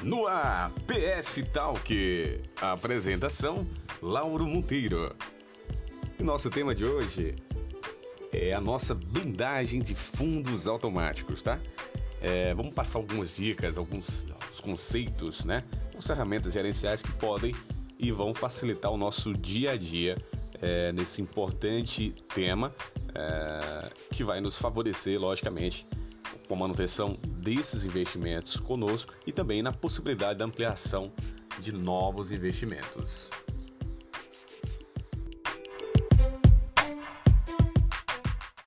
No ar, PF Talk, a apresentação, Lauro Monteiro. E nosso tema de hoje é a nossa blindagem de fundos automáticos, tá? Vamos passar algumas dicas, alguns conceitos, né? As ferramentas gerenciais que podem e vão facilitar o nosso dia a dia nesse importante tema que vai nos favorecer, logicamente, com a manutenção desses investimentos conosco e também na possibilidade da ampliação de novos investimentos.